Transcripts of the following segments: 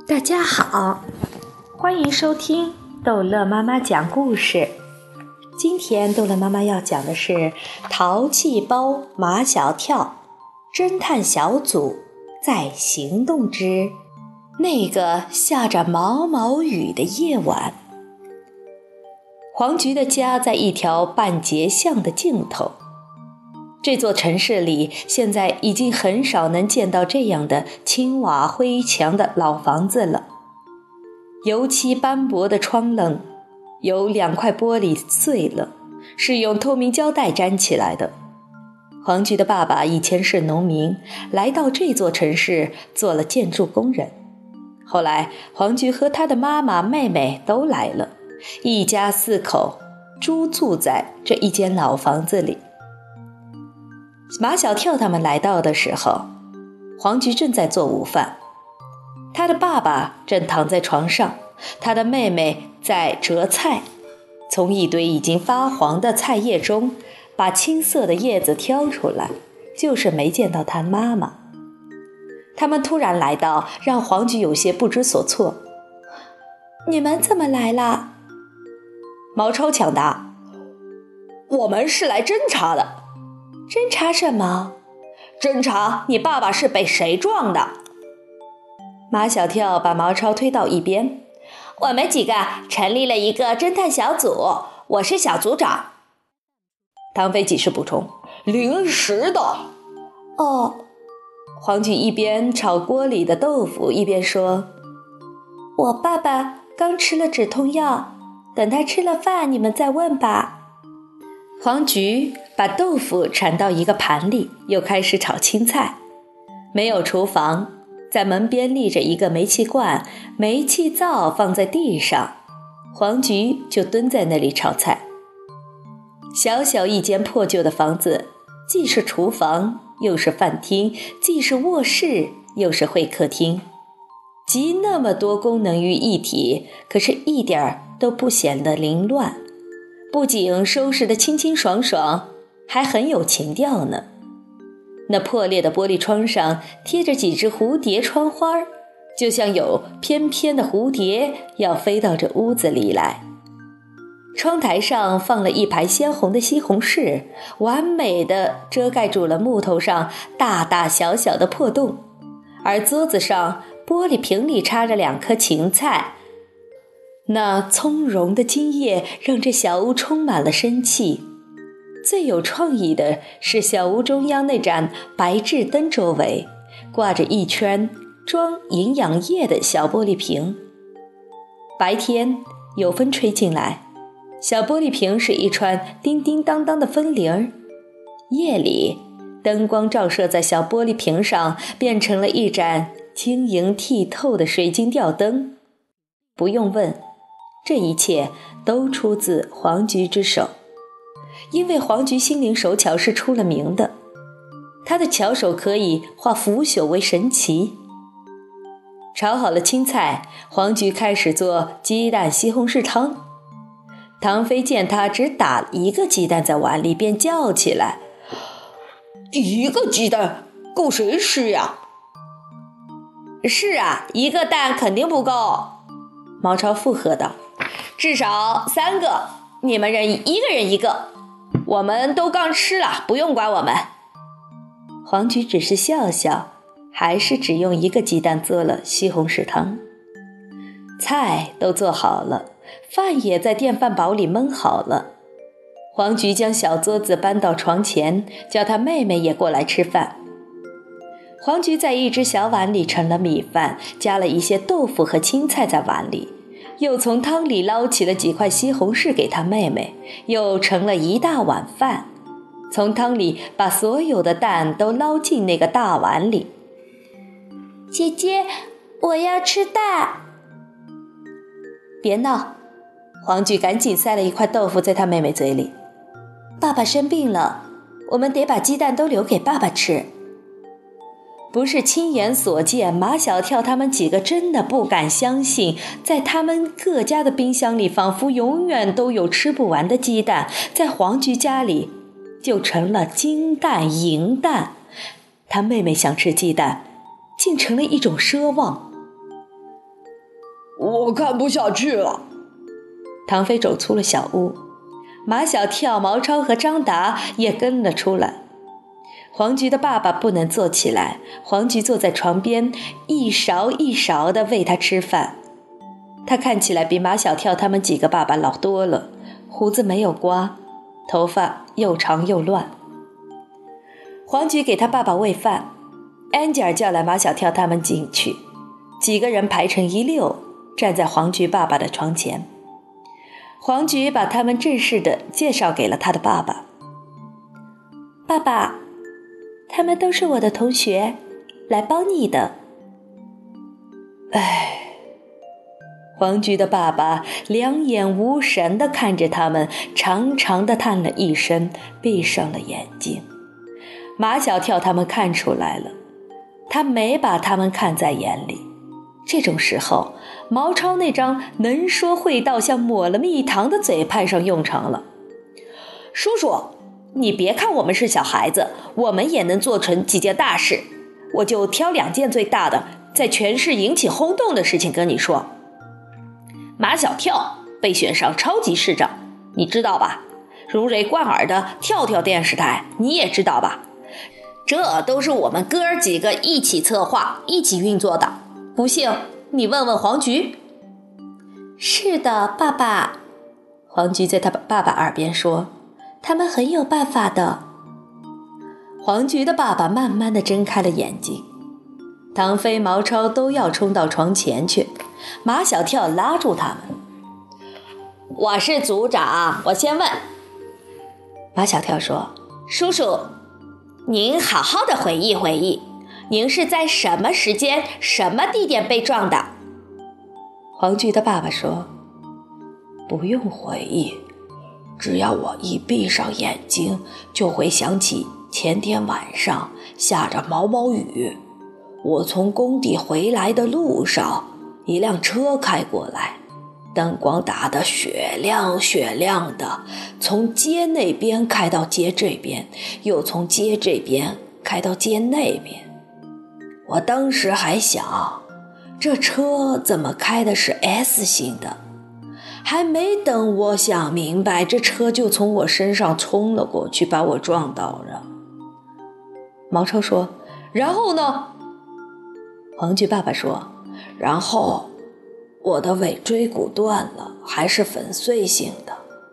大家好，欢迎收听逗乐妈妈讲故事。今天逗乐妈妈要讲的是《淘气包马小跳》侦探小组在行动之那个下着毛毛雨的夜晚。黄菊的家在一条半截巷的尽头。这座城市里现在已经很少能见到这样的青瓦灰墙的老房子了，油漆斑驳的窗棱，有2块玻璃碎了，是用透明胶带粘起来的。黄菊的爸爸以前是农民，来到这座城市做了建筑工人。后来黄菊和他的妈妈妹妹都来了，一家4口租住在这一间老房子里。马小跳他们来到的时候，黄菊正在做午饭，他的爸爸正躺在床上，他的妹妹在折菜，从一堆已经发黄的菜叶中把青色的叶子挑出来，就是没见到他妈妈。他们突然来到，让黄菊有些不知所措。你们怎么来了？毛超抢答，我们是来侦查的。侦查什么？侦查你爸爸是被谁撞的。马小跳把毛超推到一边，我们几个成立了一个侦探小组，我是小组长。唐飞及时补充，临时的。哦，黄菊一边炒锅里的豆腐一边说，我爸爸刚吃了止痛药，等他吃了饭你们再问吧。黄菊把豆腐铲到一个盘里，又开始炒青菜。没有厨房，在门边立着一个煤气罐，煤气灶放在地上，黄菊就蹲在那里炒菜。小小一间破旧的房子，既是厨房又是饭厅，既是卧室又是会客厅，集那么多功能于一体，可是一点都不显得凌乱，不仅收拾得清清爽爽，还很有情调呢。那破裂的玻璃窗上贴着几只蝴蝶窗花，就像有翩翩的蝴蝶要飞到这屋子里来。窗台上放了一排鲜红的西红柿，完美地遮盖住了木头上大大小小的破洞，而桌子上玻璃瓶里插着2颗芹菜。那从容的茎叶让这小屋充满了生气。最有创意的是小屋中央那盏白炽灯周围挂着一圈装营养液的小玻璃瓶。白天有风吹进来，小玻璃瓶是一串叮叮当当的风铃，夜里灯光照射在小玻璃瓶上，变成了一盏晶莹剔透的水晶吊灯。不用问，这一切都出自黄菊之手，因为黄菊心灵手巧是出了名的，她的巧手可以化腐朽为神奇。炒好了青菜，黄菊开始做鸡蛋西红柿汤。唐飞见她只打1个鸡蛋在碗里，便叫起来，1个鸡蛋够谁吃呀？是啊，1个蛋肯定不够。毛超附和道，至少3个，你们一个人1个，我们都刚吃了，不用管我们。黄菊只是笑笑，还是只用1个鸡蛋做了西红柿汤。菜都做好了，饭也在电饭煲里焖好了。黄菊将小桌子搬到床前，叫她妹妹也过来吃饭。黄菊在一只小碗里盛了米饭，加了一些豆腐和青菜在碗里，又从汤里捞起了几块西红柿给她妹妹，又盛了一大碗饭，从汤里把所有的蛋都捞进那个大碗里。姐姐，我要吃蛋。别闹，黄菊赶紧塞了一块豆腐在她妹妹嘴里。爸爸生病了，我们得把鸡蛋都留给爸爸吃。不是亲眼所见，马小跳他们几个真的不敢相信，在他们各家的冰箱里仿佛永远都有吃不完的鸡蛋，在黄菊家里就成了金蛋银蛋。他妹妹想吃鸡蛋，竟成了一种奢望。 我看不下去了。 唐飞走出了小屋，马小跳、毛超和张达也跟了出来。黄菊的爸爸不能坐起来，黄菊坐在床边，一勺一勺地喂他吃饭。他看起来比马小跳他们几个爸爸老多了，胡子没有刮，头发又长又乱。黄菊给他爸爸喂饭，安吉尔叫来马小跳他们进去，几个人排成一溜，站在黄菊爸爸的床前。黄菊把他们正式地介绍给了他的爸爸。爸爸，他们都是我的同学，来帮你的。黄菊的爸爸两眼无神地看着他们，长长地叹了一声，闭上了眼睛。马小跳他们看出来了，他没把他们看在眼里。这种时候，毛超那张能说会道像抹了蜜糖的嘴派上用场了。叔叔，你别看我们是小孩子，我们也能做成几件大事。我就挑2件最大的，在全市引起轰动的事情跟你说。马小跳被选上超级市长，你知道吧？如雷贯耳的跳跳电视台，你也知道吧？这都是我们哥儿几个一起策划、一起运作的。不信，你问问黄菊。是的，爸爸。黄菊在他爸爸耳边说，他们很有办法的。黄菊的爸爸慢慢地睁开了眼睛。唐飞、毛超都要冲到床前去，马小跳拉住他们。我是组长，我先问。马小跳说，叔叔，您好好的回忆回忆，您是在什么时间、什么地点被撞的？黄菊的爸爸说，不用回忆，只要我一闭上眼睛，就会想起前天晚上下着毛毛雨，我从工地回来的路上，一辆车开过来，灯光打得雪亮雪亮的，从街那边开到街这边，又从街这边开到街那边。我当时还想，这车怎么开的是 S 型的？还没等我想明白，这车就从我身上冲了过去，把我撞倒了。毛超说，然后呢？黄菊爸爸说，然后我的尾椎骨断了，还是粉碎性的。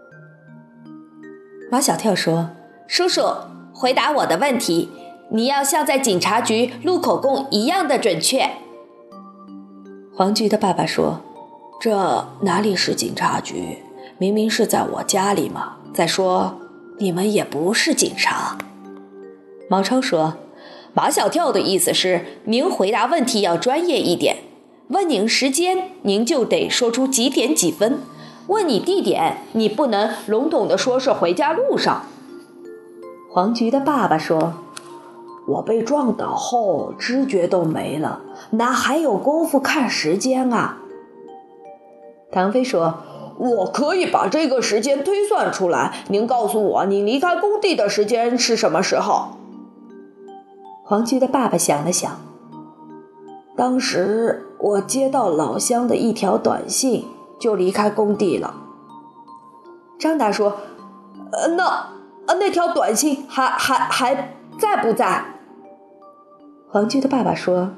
马小跳说，叔叔，回答我的问题，你要像在警察局录口供一样的准确。黄菊的爸爸说，这哪里是警察局，明明是在我家里嘛，再说你们也不是警察。毛超说，马小跳的意思是，您回答问题要专业一点，问您时间，您就得说出几点几分，问你地点，你不能笼统地说是回家路上。黄菊的爸爸说，我被撞倒后知觉都没了，哪还有功夫看时间啊？唐飞说，我可以把这个时间推算出来，您告诉我你离开工地的时间是什么时候？黄菊的爸爸想了想，当时我接到老乡的一条短信，就离开工地了。张达说，那条短信还在不在？黄菊的爸爸说，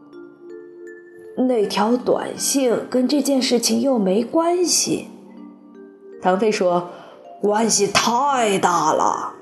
那条短信跟这件事情又没关系。唐飞说，关系太大了。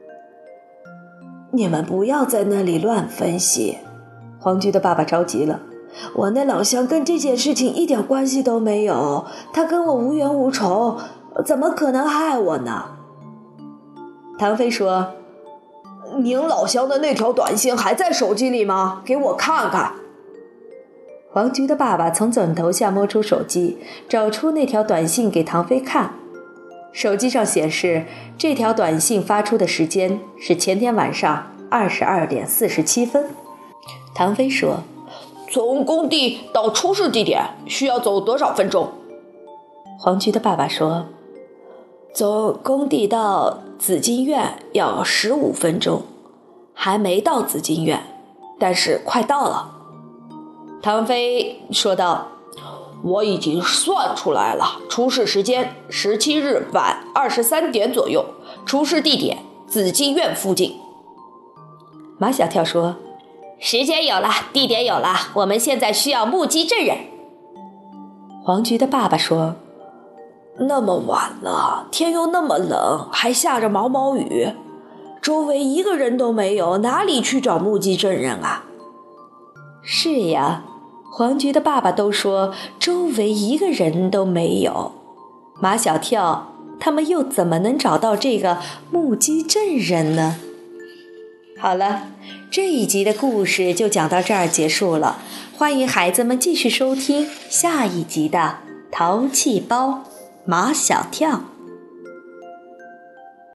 你们不要在那里乱分析。黄菊的爸爸着急了，我那老乡跟这件事情一点关系都没有，他跟我无冤无仇，怎么可能害我呢？唐飞说，您老乡的那条短信还在手机里吗？给我看看。黄菊的爸爸从枕头下摸出手机，找出那条短信给唐飞看。手机上显示，这条短信发出的时间是前天晚上22点47分。唐飞说，从工地到出事地点需要走多少分钟？黄菊的爸爸说，走工地到紫金院要15分钟，还没到紫金院，但是快到了。唐飞说道， 我已经算出来了，出事时间17日晚23点左右，出事地点紫金院附近。 马小跳说：时间有了，地点有了，我们现在需要目击证人。黄菊的爸爸说： 那么晚了，天又那么冷，还下着毛毛雨，周围一个人都没有，哪里去找目击证人啊？ 是呀，黄菊的爸爸都说周围一个人都没有，马小跳他们又怎么能找到这个目击证人呢？好了，这一集的故事就讲到这儿结束了，欢迎孩子们继续收听下一集的淘气包马小跳。